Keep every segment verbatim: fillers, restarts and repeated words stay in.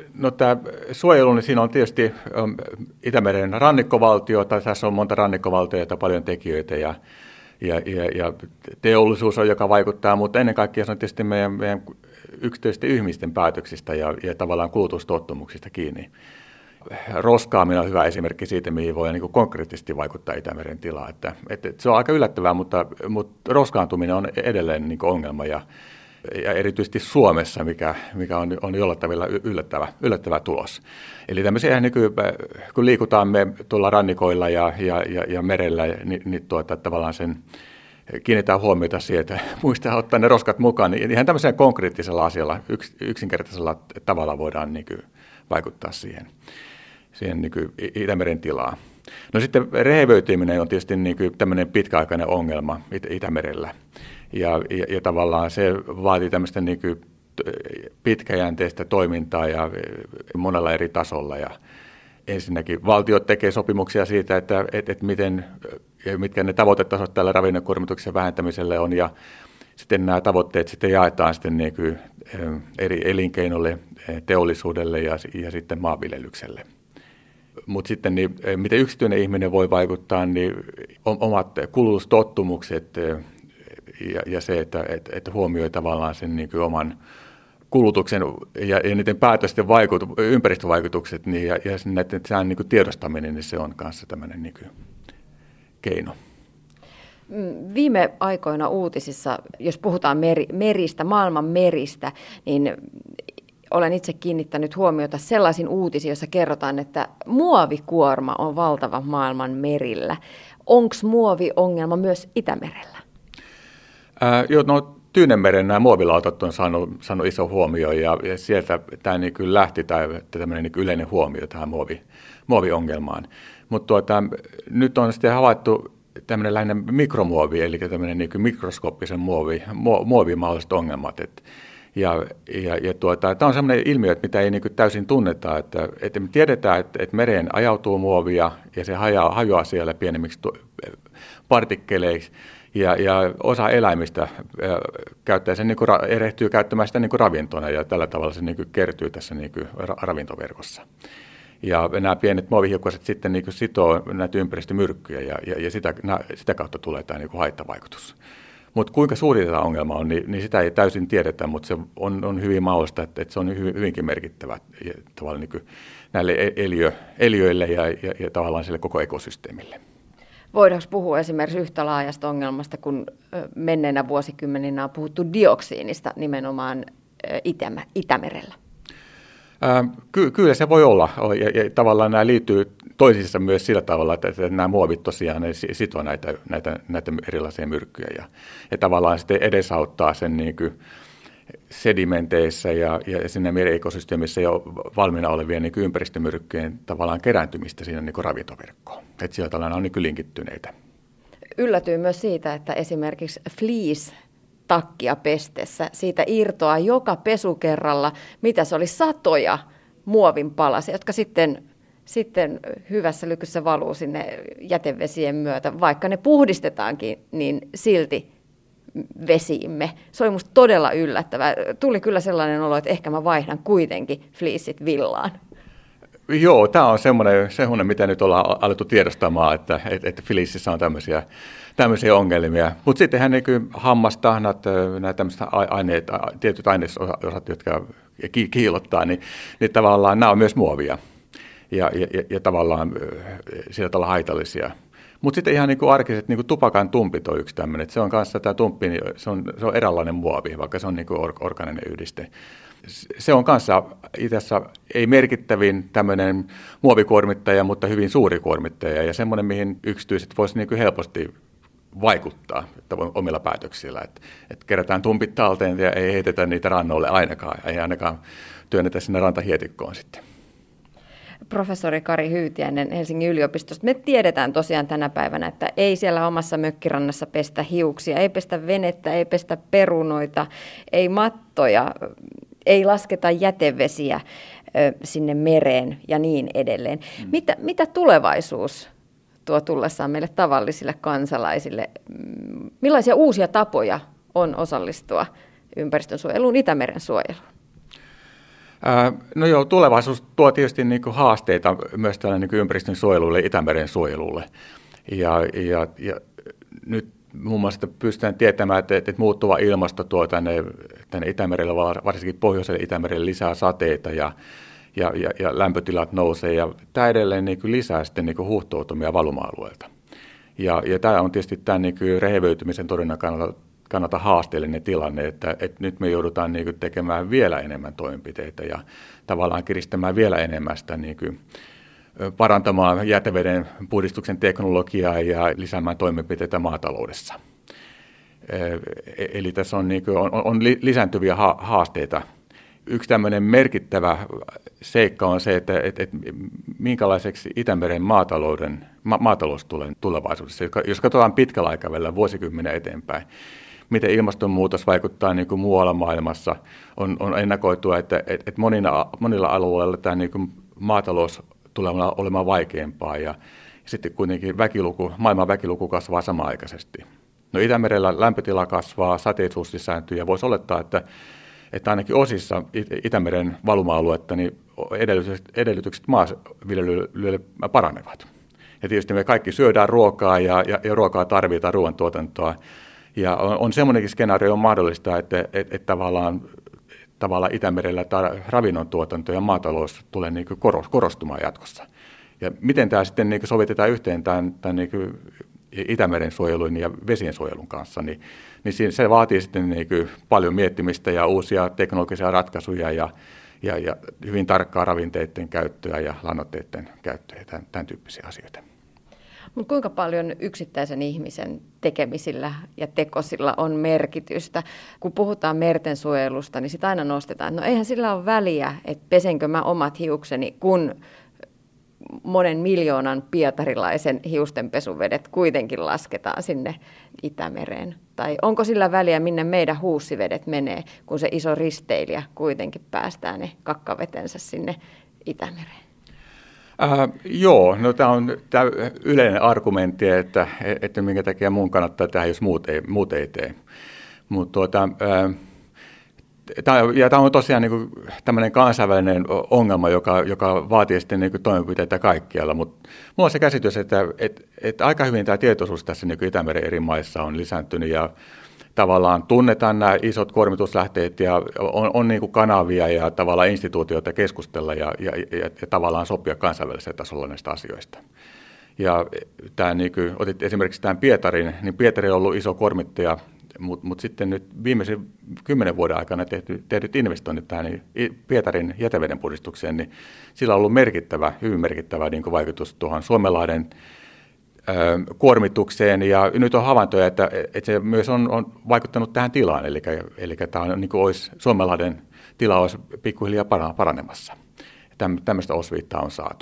No tämä suojelu, niin siinä on tietysti Itämeren rannikkovaltio, tai tässä on monta rannikkovaltioita, paljon tekijöitä ja, ja, ja, ja teollisuus on, joka vaikuttaa, mutta ennen kaikkea se on tietysti meidän, meidän yksityisten ihmisten päätöksistä ja, ja tavallaan kulutustottumuksista kiinni. Roskaaminen on hyvä esimerkki siitä, mihin voi niin kuin konkreettisesti vaikuttaa Itämeren tilaa. Että, että se on aika yllättävää, mutta, mutta roskaantuminen on edelleen niin kuin ongelma ja, ja erityisesti Suomessa, mikä, mikä on, on jollain tavalla yllättävä, yllättävä tulos. Eli tämmöisiä, niin kuin, kun liikutaan me tuolla rannikoilla ja, ja, ja, ja merellä, niin, niin tuota, tavallaan sen kiinnitetään huomiota siihen, että muistaa ottaa ne roskat mukaan, niin ihan tämmöisellä konkreettisella asialla, yks, yksinkertaisella tavalla voidaan niin kuin vaikuttaa siihen, siihen niin kuin Itämeren tilaan. No sitten rehevöityminen on tietysti niin kuin tämmöinen pitkäaikainen ongelma It- Itämerellä. Ja, ja, ja tavallaan se vaatii tämmöistä niin kuin pitkäjänteistä toimintaa ja monella eri tasolla. Ja ensinnäkin valtiot tekee sopimuksia siitä, että, että, että miten, mitkä ne tavoitetasot tällä ravinnekuormituksen vähentämiselle on. Ja sitten nämä tavoitteet sitten jaetaan sitten niin kuin eri elinkeinolle, teollisuudelle ja, ja sitten maanviljelykselle. Mutta sitten niin, miten yksityinen ihminen voi vaikuttaa, niin omat kulutustottumukset ja, ja se, että, että, että huomioi tavallaan sen niin kuin oman kulutuksen ja, ja niiden päätösten vaikut, ympäristövaikutukset niin, ja, ja näiden sään niin kuin tiedostaminen, niin se on kanssa tämmöinen niin kuin keino. Viime aikoina uutisissa, jos puhutaan meri, meristä, maailman meristä, niin olen itse kiinnittänyt huomiota sellaisiin uutisiin, joissa kerrotaan, että muovikuorma on valtava maailman merillä. Onko muoviongelma myös Itämerellä? Ää, joo, no Tyynenmeren nämä muovilautat on saanut, saanut iso huomio ja, ja sieltä tämä niin kuin lähti tämä tämmöinen niin kuin yleinen huomio tähän muovi, muoviongelmaan. Mutta tuota, nyt on sitten havaittu tämmöinen lähinnä mikromuovi, eli tämmöinen niin kuin mikroskooppisen muovi, muovin mahdolliset ongelmat. Et, ja ja, ja tuota, tämä on semmoinen ilmiö, että mitä ei niin kuin täysin tunneta, että, että me tiedetään, että, että mereen ajautuu muovia ja se hajoaa, hajoaa siellä pienemmiksi partikkeleiksi. Ja, ja osa eläimistä ä, käyttää sen, niin kuin, erehtyy käyttämään sitä niin kuin ravintona ja tällä tavalla se niin kuin kertyy tässä niin kuin ravintoverkossa. Ja nämä pienet muovihiukkaset sitten niin kuin sitoo näitä ympäristömyrkkyjä ja, ja, ja sitä, nä, sitä kautta tulee tämä niin kuin haittavaikutus. Mutta kuinka suuri tämä ongelma on, niin, niin sitä ei täysin tiedetä, mutta se on, on hyvin mahdollista, että, että se on hyvin, hyvinkin merkittävä ja, tavallaan niin kuin näille eliö, eliöille ja, ja, ja tavallaan sille koko ekosysteemille. Voidaanko puhua esimerkiksi yhtä laajasta ongelmasta, kun menneenä vuosikymmeninä on puhuttu dioksiinista nimenomaan Itämä, Itämerellä? Ää, ky- kyllä se voi olla, ja, ja tavallaan nämä liittyy toisiinsa myös sillä tavalla, että, että nämä muovit tosiaan ne sitoo näitä, näitä, näitä erilaisia myrkkyjä, ja, ja tavallaan sitten edesauttaa sen niin kuin sedimenteissä ja, ja siinä meriekosysteemissä jo valmiina olevien niin kuin ympäristömyrkkyjen tavallaan kerääntymistä siinä niin kuin ravintoverkkoon. Että sillä tavalla on niin kuin linkittyneitä. Yllätyy myös siitä, että esimerkiksi fleece takkia pestessä, siitä irtoaa joka pesukerralla, mitä se oli, satoja muovin palasia, jotka sitten, sitten hyvässä lykyssä valuu sinne jätevesien myötä. Vaikka ne puhdistetaankin, niin silti vesiimme. Se oli musta todella yllättävää. Tuli kyllä sellainen olo, että ehkä mä vaihdan kuitenkin fleeceit villaan. Joo, tämä on semmoinen, semmoinen, mitä nyt ollaan alettu tiedostamaan, että, että fleecissä on tämmöisiä, tämmöisiä ongelmia. Mutta sittenhän niin hammastahnat, nämä tämmöiset aineet, tietyt ainesosat, jotka kiilottaa, niin, niin tavallaan nämä on myös muovia ja, ja, ja tavallaan sillä tavalla haitallisia. Mutta sitten ihan niin kuin arkiset niin kuin tupakan tumpit on yksi tämmöinen. Se on kanssa tämä tumppi, se on, se on eräänlainen muovi, vaikka se on niin kuin or, orgaaninen yhdiste. Se on kanssa itse asiassa ei merkittävin tämmöinen muovikuormittaja, mutta hyvin suuri kuormittaja ja semmoinen, mihin yksityiset voisivat niin kuin helposti vaikuttaa omilla päätöksillä. Että et kerätään tumpit talteen ja ei heitetä niitä rannoille ainakaan, ei ainakaan työnnetä sinne rantahietikkoon sitten. Professori Kari Hyytiäinen Helsingin yliopistosta. Me tiedetään tosiaan tänä päivänä, että ei siellä omassa mökkirannassa pestä hiuksia, ei pestä venettä, ei pestä perunoita, ei mattoja, ei lasketa jätevesiä sinne mereen ja niin edelleen. Mm. Mitä, mitä tulevaisuus tuo tullessaan meille tavallisille kansalaisille? Millaisia uusia tapoja on osallistua ympäristönsuojeluun, Itämeren suojeluun? No joo, tulevaisuus tuo tietysti niin kuin haasteita myös tälle niin kuin ympäristön suojelulle, Itämeren suojelulle. Ja, ja, ja nyt muun muassa pystytään tietämään, että, että muuttuva ilmasto tuo tänne, tänne Itämerelle, varsinkin pohjoiselle Itämerelle lisää sateita ja, ja, ja, ja lämpötilat nousee. Ja tämä edelleen niin kuin lisää sitten niin kuin huuhtoutumia valuma-alueelta. Ja, ja tämä on tietysti tämän niin kuin rehevöitymisen torjunnan kannalta, kannalta haasteellinen tilanne, että, että nyt me joudutaan niin kuin tekemään vielä enemmän toimenpiteitä ja tavallaan kiristämään vielä enemmän sitä niin kuin parantamaan jäteveden puhdistuksen teknologiaa ja lisäämään toimenpiteitä maataloudessa. Eli tässä on, niin kuin, on, on lisääntyviä haasteita. Yksi tämmöinen merkittävä seikka on se, että, että, että minkälaiseksi Itämeren maatalouden, ma, maatalous tulee tulevaisuudessa, jos katsotaan pitkällä aikavälillä vuosikymmenen eteenpäin. Miten ilmastonmuutos vaikuttaa niin kuin muualla maailmassa, on, on ennakoitua, että, että, että monilla, monilla alueilla tämä niin kuin maatalous tulee olemaan vaikeampaa ja sitten kuitenkin väkiluku, maailman väkiluku kasvaa samanaikaisesti. No Itämerellä lämpötila kasvaa, sateisuus lisääntyy ja voisi olettaa, että, että ainakin osissa Itämeren valuma-aluetta niin edellytykset, edellytykset maanviljelylle paranevat. Ja tietysti me kaikki syödään ruokaa ja, ja, ja ruokaa tarvitaan, ruoantuotantoa. Ja on, on semmoinenkin skenaario on mahdollista, että, että, että tavallaan, tavallaan Itämerellä ravinnon tuotanto ja maatalous tulee niin kuin korostumaan jatkossa. Ja miten tämä sitten niin kuin sovitetaan yhteen tämän, tämän niin kuin Itämeren suojelun ja vesien suojelun kanssa, niin, niin se vaatii sitten niin kuin paljon miettimistä ja uusia teknologisia ratkaisuja ja, ja, ja hyvin tarkkaa ravinteiden käyttöä ja lannoitteiden käyttöä ja tämän, tämän tyyppisiä asioita. Mutta kuinka paljon yksittäisen ihmisen tekemisillä ja tekosilla on merkitystä? Kun puhutaan merten suojelusta, niin sitä aina nostetaan, että no eihän sillä ole väliä, että pesenkö mä omat hiukseni, kun monen miljoonan pietarilaisen hiustenpesuvedet kuitenkin lasketaan sinne Itämereen. Tai onko sillä väliä, minne meidän huussivedet menee, kun se iso risteilijä kuitenkin päästää ne kakkavetensä sinne Itämereen? Äh, joo, no tämä on tämä yleinen argumentti, että, että minkä takia mun kannattaa tehdä, jos muut ei, muut ei tee. Mutta tuota, äh, tämä on tosiaan niin kuin tämmöinen kansainvälinen ongelma, joka, joka vaatii sitten niin kuin toimenpiteitä kaikkialla, mutta minulla on se käsitys, että, että, että aika hyvin tämä tietoisuus tässä niin kuin Itämeren eri maissa on lisääntynyt ja tavallaan tunnetaan nämä isot kuormituslähteet ja on, on niin kuin kanavia ja tavallaan instituutioita keskustella ja, ja, ja, ja tavallaan sopia kansainvälisellä tasolla näistä asioista. Ja tämä, niin kuin, otit esimerkiksi tämän Pietarin, niin Pietari on ollut iso kuormittaja, mutta mut sitten nyt viimeisen kymmenen vuoden aikana tehty, tehdyt investoinnit tähän niin Pietarin jätevedenpuhdistukseen, niin sillä on ollut merkittävä, hyvin merkittävä niin kuin vaikutus tuohon Suomenlahden kuormitukseen, ja nyt on havaintoja, että, että se myös on, on vaikuttanut tähän tilaan, eli, eli tämä on, niin kuin olisi, Suomenlahden tila olisi pikkuhiljaa paranemassa. Tämmöistä osviittaa on saatu.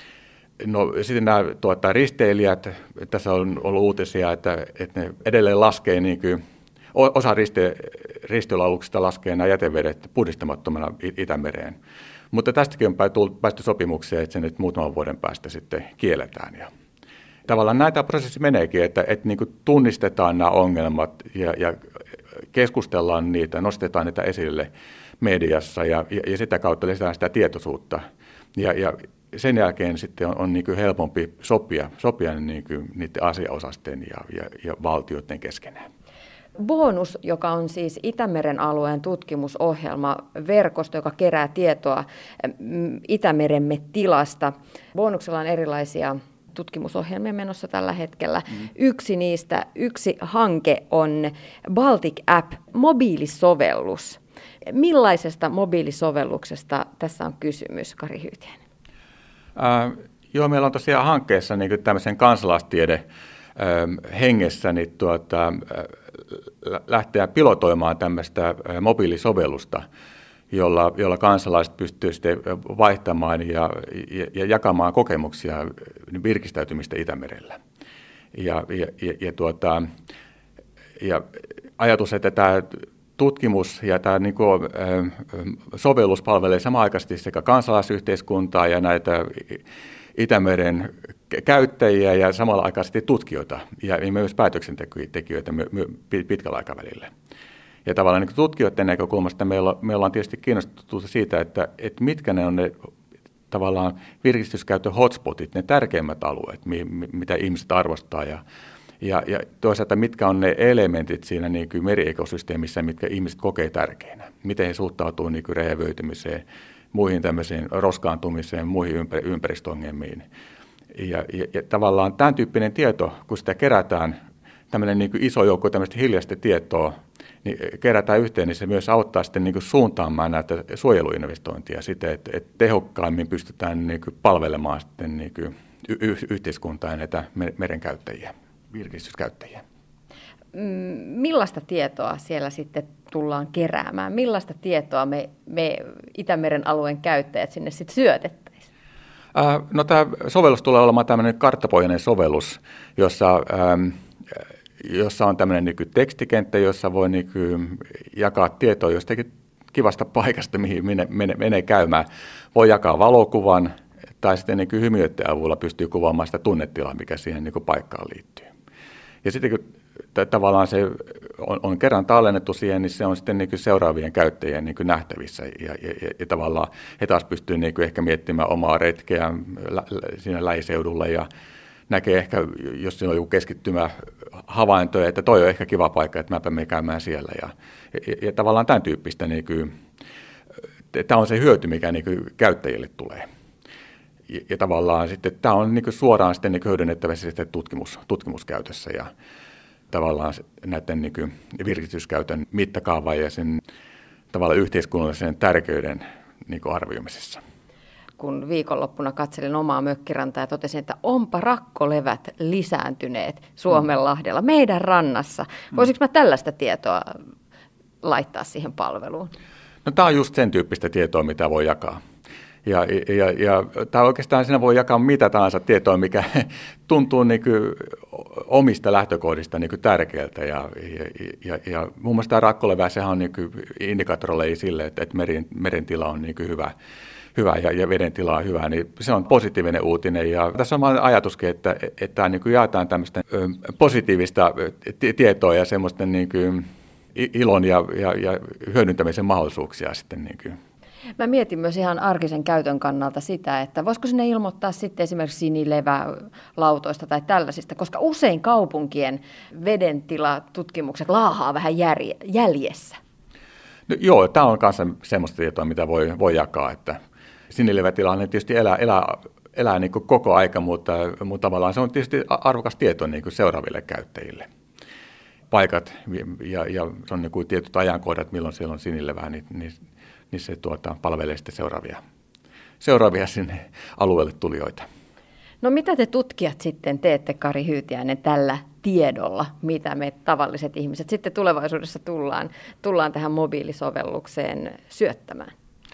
No sitten nämä tuota, risteilijät, tässä on ollut uutisia, että, että ne edelleen laskee, niin kuin, osa riste, risteilyaluksista laskee nämä jätevedet puhdistamattomana Itämereen. Mutta tästäkin on päästy sopimukseen, että se nyt muutaman vuoden päästä sitten kielletään. Ja tavallaan näitä prosessi meneekin, että, että niin kuin tunnistetaan nämä ongelmat ja, ja keskustellaan niitä, nostetaan niitä esille mediassa ja, ja, ja sitä kautta lisätään sitä tietoisuutta. Ja, ja sen jälkeen sitten on, on niin kuin helpompi sopia, sopia niin kuin niiden asiaosasten ja, ja, ja valtioiden keskenään. Bonus, joka on siis Itämeren alueen tutkimusohjelma, verkosto, joka kerää tietoa Itämeremme tilasta. Bonuksella on erilaisia tutkimusohjelmia menossa tällä hetkellä. Mm. Yksi niistä, yksi hanke on Baltic App, mobiilisovellus. Millaisesta mobiilisovelluksesta tässä on kysymys, Kari Hyytiäinen? Äh, joo, meillä on tosiaan hankkeessa niin kuin tämmöisen kansalaistiede äh, hengessä niin tuota, äh, lähteä pilotoimaan tämmöistä äh, mobiilisovellusta, jolla, jolla kansalaiset pystyvät sitten vaihtamaan ja, ja, ja jakamaan kokemuksia virkistäytymistä Itämerellä. Ja, ja, ja, ja, tuota, ja ajatus, että tämä tutkimus ja tämä niin kuin, sovellus palvelee samanaikaisesti sekä kansalaisyhteiskuntaa ja näitä Itämeren käyttäjiä ja samalla aikaisesti tutkijoita ja myös päätöksentekijöitä pitkällä aikavälillä. Ja tavallaan niin tutkijoiden näkökulmasta meillä, me ollaan tietysti kiinnostunut siitä, että, että mitkä ne on ne tavallaan virkistyskäytön hotspotit, ne tärkeimmät alueet, mitä ihmiset arvostaa. Ja, ja, ja toisaalta mitkä on ne elementit siinä niin kuin meriekosysteemissä, mitkä ihmiset kokee tärkeinä. Miten he suhtautuu niin kuin rehevöitymiseen, muihin tämmöisiin roskaantumiseen, muihin ympäristöongelmiin. Ja, ja, ja tavallaan tämän tyyppinen tieto, kun sitä kerätään, tämmöinen niin kuin iso joukko tämmöistä hiljaista tietoa, niin kerätään yhteen, niin se myös auttaa sitten niin kuin suuntaamaan näitä suojeluinvestointia siten, että, että tehokkaimmin pystytään niin kuin palvelemaan sitten niin kuin y- yhteiskuntaa ja näitä merenkäyttäjiä, virkistyskäyttäjiä. Millaista tietoa siellä sitten tullaan keräämään? Millaista tietoa me, me Itämeren alueen käyttäjät sinne sitten syötettäisiin? Äh, no tämä sovellus tulee olemaan tämmöinen karttapohjainen sovellus, jossa... Ähm, jossa on tämmöinen niin kuin tekstikenttä, jossa voi niin kuin jakaa tietoa jostakin kivasta paikasta, mihin menee, menee käymään. Voi jakaa valokuvan tai sitten niin kuin hymiöiden avulla pystyy kuvaamaan sitä tunnetilaa, mikä siihen niin kuin paikkaan liittyy. Ja sitten kun tavallaan se on, on kerran tallennettu siihen, niin se on sitten niin kuin seuraavien käyttäjien niin kuin nähtävissä. Ja, ja, ja, ja tavallaan he taas pystyy niin kuin ehkä miettimään omaa retkeä lä, siinä lähiseudulla ja näkee ehkä, jos siinä on joku keskittymä havaintoja, että toi on ehkä kiva paikka, että mäpä me käymään siellä. Ja, ja, ja tavallaan tämän tyyppistä, niin kuin, tämä on se hyöty, mikä niin kuin käyttäjille tulee. Ja, ja tavallaan sitten tämä on niin kuin suoraan sitten niin kuin hyödynnettävissä sitten tutkimus, tutkimuskäytössä ja tavallaan näiden niin kuin virkistyskäytön mittakaavan ja sen tavallaan yhteiskunnallisen tärkeyden niin kuin arvioimisessa. Kun viikonloppuna katselin omaa mökkirantaa ja totesin, että onpa rakkolevät lisääntyneet Suomenlahdella, meidän rannassa. Voisinko mä tällaista tietoa laittaa siihen palveluun? No tämä on just sen tyyppistä tietoa, mitä voi jakaa. Ja, ja, ja tämä oikeastaan siinä voi jakaa mitä tahansa tietoa, mikä tuntuu niin kuin omista lähtökohdista niin kuin tärkeältä. Ja, ja, ja, ja muun muassa tämä rakkolevä, sehän on niin kuin indikaattorille sille, että, että meren, meren tila on niin kuin hyvä. hyvä ja, ja veden tila on hyvä, niin se on positiivinen uutinen. Ja tässä on ajatuskin, että, että niin kuin jaetaan tämmöistä positiivista tietoa ja semmoista niin kuin ilon ja, ja, ja hyödyntämisen mahdollisuuksia sitten. Niin kuin. Mä mietin myös ihan arkisen käytön kannalta sitä, että voisiko sinne ilmoittaa sitten esimerkiksi sinilevälautoista tai tällaisista, koska usein kaupunkien vedentilatutkimukset laahaa vähän järje, jäljessä. No, joo, tämä on myös semmoista tietoa, mitä voi, voi jakaa, että sinilevätilanne tietysti elää, elää, elää niin kuin koko aika, mutta, mutta tavallaan se on tietysti arvokas tieto niin kuin seuraaville käyttäjille. Paikat ja, ja se on niin kuin tietyt ajankohdat, milloin siellä on sinilevää, niin, niin, niin se tuota, palvelee sitten seuraavia, seuraavia sinne alueelle tulijoita. No mitä te tutkijat sitten teette, Kari Hyytiäinen, tällä tiedolla, mitä me tavalliset ihmiset sitten tulevaisuudessa tullaan, tullaan tähän mobiilisovellukseen syöttämään?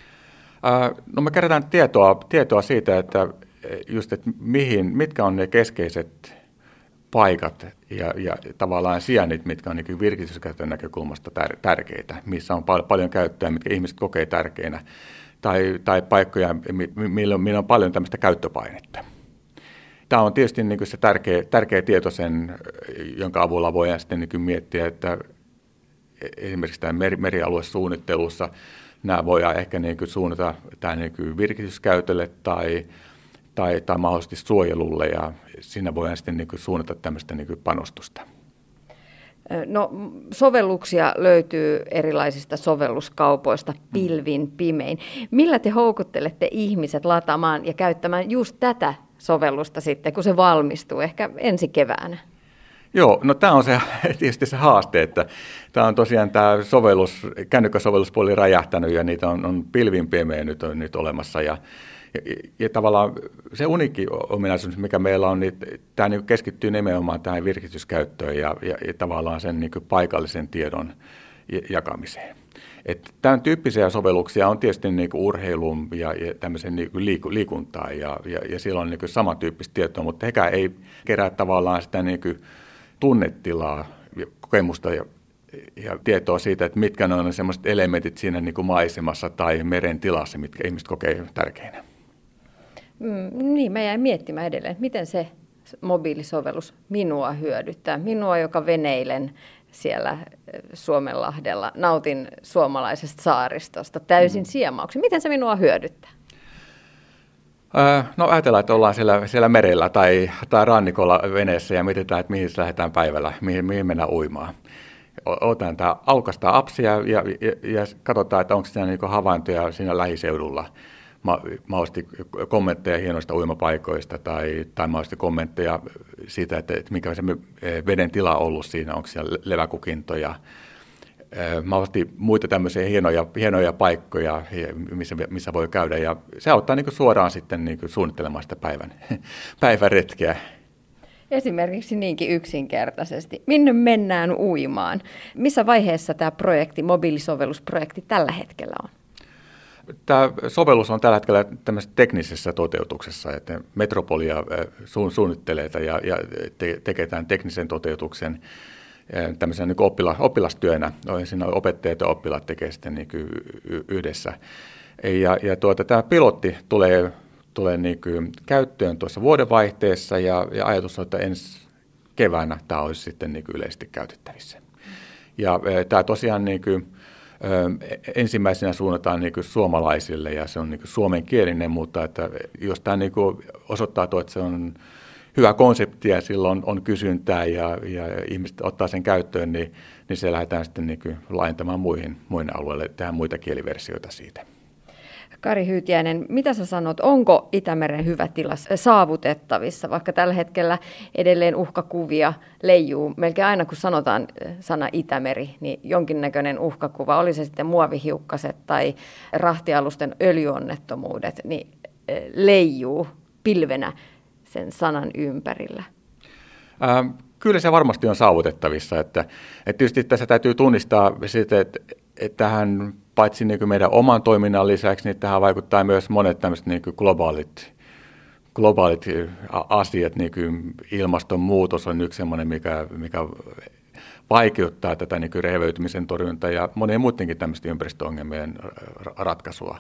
No me kerätään tietoa, tietoa siitä, että, just, että mihin, mitkä on ne keskeiset paikat ja, ja tavallaan sijainnit, mitkä on niin virkistyskäytön näkökulmasta tär, tärkeitä, missä on pal- paljon käyttöä, mitkä ihmiset kokee tärkeinä, tai, tai paikkoja, millä on, millä on paljon tämmöistä käyttöpainetta. Tämä on tietysti niin kuin se tärkeä, tärkeä tieto sen, jonka avulla voidaan sitten niin kuin miettiä, että esimerkiksi tämä meri, merialuesuunnittelussa nämä voidaan ehkä niin kuin suunnata tämän niin kuin virkistyskäytölle tai, tai, tai mahdollisesti suojelulle, ja siinä voidaan sitten niin kuin suunnata tämmöistä niin kuin panostusta. No, sovelluksia löytyy erilaisista sovelluskaupoista pilvin pimein. Millä te houkuttelette ihmiset lataamaan ja käyttämään just tätä sovellusta sitten, kun se valmistuu ehkä ensi keväänä? Joo, no tämä on se, tietysti se haaste, että tämä on tosiaan tämä sovellus, kännykkäsovelluspuoli räjähtänyt ja niitä on, on pilvin pimeä nyt, on nyt olemassa ja, ja, ja tavallaan se uniikki ominaisuus, mikä meillä on, niin tämä niin keskittyy nimenomaan tähän virkistyskäyttöön ja, ja, ja tavallaan sen niin paikallisen tiedon jakamiseen. Että tämän tyyppisiä sovelluksia on tietysti niin kuin urheiluun ja, ja tämmöisen niin kuin liiku, liikuntaan ja, ja, ja siellä on niin kuin samantyyppistä tietoa, mutta hekään ei kerää tavallaan sitä niin kuin tunnetilaa ja kokemusta ja, ja tietoa siitä, että mitkä ne on sellaiset elementit siinä niin kuin maisemassa tai meren tilassa, mitkä ihmiset kokee tärkeinä. Mm, niin, mä jäin miettimään edelleen, että miten se mobiilisovellus minua hyödyttää. Minua, joka veneilen siellä Suomenlahdella. Nautin suomalaisesta saaristosta täysin siemauksin. Miten se minua hyödyttää? No ajatellaan, että ollaan siellä, siellä merellä tai, tai rannikolla veneessä ja mietitään, että mihin lähdetään päivällä, mihin, mihin mennään uimaan. Otetaan tämä aukaista appsia ja, ja, ja katsotaan, että onko siinä niinku havaintoja siinä lähiseudulla. Ma, mahdollisesti kommentteja hienoista uimapaikoista tai, tai mahdollisesti kommentteja siitä, että, että mikä se veden tila on ollut siinä, onko siellä leväkukintoja. Mahdollisesti muita tämmöisiä hienoja, hienoja paikkoja, missä, missä voi käydä. Ja se auttaa niin kuin suoraan sitten niin kuin suunnittelemaan sitä päivän, päivän retkeä. Esimerkiksi niinkin yksinkertaisesti. Minne mennään uimaan? Missä vaiheessa tämä projekti, mobiilisovellusprojekti tällä hetkellä on? Tämä sovellus on tällä hetkellä tämmöisessä teknisessä toteutuksessa, että Metropolia suunnittelee ja, ja te, tekee tämän teknisen toteutuksen tämmöisenä niin oppila, oppilastyönä. Siinä opettajat ja oppilaat tekee sitten niin yhdessä. Ja, ja tuota, tämä pilotti tulee, tulee niin käyttöön tuossa vuodenvaihteessa ja, ja ajatus on, että ensi keväänä tämä olisi sitten niin yleisesti käytettävissä. Ja tämä tosiaan niin kuin, ensimmäisenä suunnataan niin kuin suomalaisille ja se on niin kuin suomenkielinen, mutta että jos tämä niin kuin osoittautuu, että se on hyvä konsepti ja silloin on kysyntää ja, ja ihmiset ottaa sen käyttöön, niin, niin se lähdetään sitten niin kuin laajentamaan muihin, muihin alueille, tehdä muita kieliversioita siitä. Kari Hyytiäinen, mitä sä sanot, onko Itämeren hyvä tila saavutettavissa, vaikka tällä hetkellä edelleen uhkakuvia leijuu? Melkein aina kun sanotaan sana Itämeri, niin jonkinnäköinen uhkakuva, oli se sitten muovihiukkaset tai rahtialusten öljyonnettomuudet, niin leijuu pilvenä sen sanan ympärillä. Ähm, kyllä se varmasti on saavutettavissa. Että, että tietysti tässä täytyy tunnistaa sitä, että, että tähän paitsi niin kuin meidän oman toiminnan lisäksi, niin tähän vaikuttaa myös monet tämmöiset niin kuin globaalit, globaalit asiat, niin kuin ilmastonmuutos on yksi sellainen, mikä, mikä vaikeuttaa tätä niin kuin rehevöitymisen torjuntaa ja monien muidenkin tämmöisten ympäristöongelmien ratkaisua.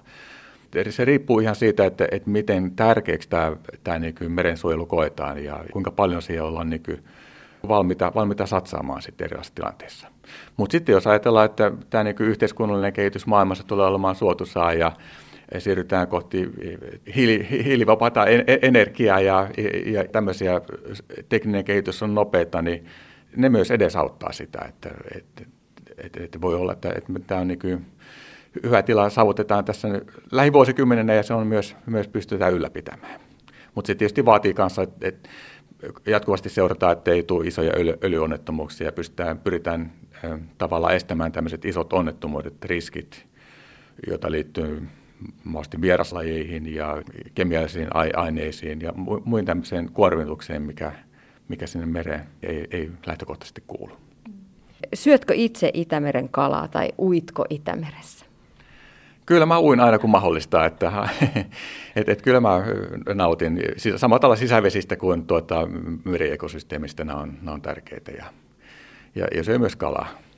Se riippuu ihan siitä, että, että miten tärkeäksi tämä, tämä niin kuin merensuojelu koetaan ja kuinka paljon siihen ollaan niin kuin valmiita, valmiita satsaamaan sitten erilaisissa tilanteissa. Mutta sitten jos ajatellaan, että tämä niin kuin yhteiskunnallinen kehitys maailmassa tulee olemaan suotuisaa ja siirrytään kohti hiili, hiilivapaata energiaa ja, ja tämmöisiä, tekninen kehitys on nopeata, niin ne myös edesauttaa sitä, että, että, että, että voi olla, että, että tämä on niin kuin hyvä tila saavutetaan tässä lähivuosikymmenenä ja se on myös, myös pystytään ylläpitämään. Mutta se tietysti vaatii kanssa, että, että jatkuvasti seurataan, että ei tule isoja öljy, öljyonnettomuuksia ja pystytään, pyritään äh, tavallaan estämään tämmöiset isot onnettomuudet, riskit, joita liittyy mahdollisesti vieraslajeihin ja kemiallisiin aineisiin ja mu- muihin tämmöiseen kuormitukseen, mikä, mikä sinne mereen ei, ei lähtökohtaisesti kuulu. Syötkö itse Itämeren kalaa tai uitko Itämeressä? Kyllä mä uin aina kun mahdollista, että, että, että kyllä mä nautin samalla tavalla sisävesistä kuin tuota, meriekosysteemistä, nämä on, nämä on tärkeitä ja, ja, ja syö myös kalaa.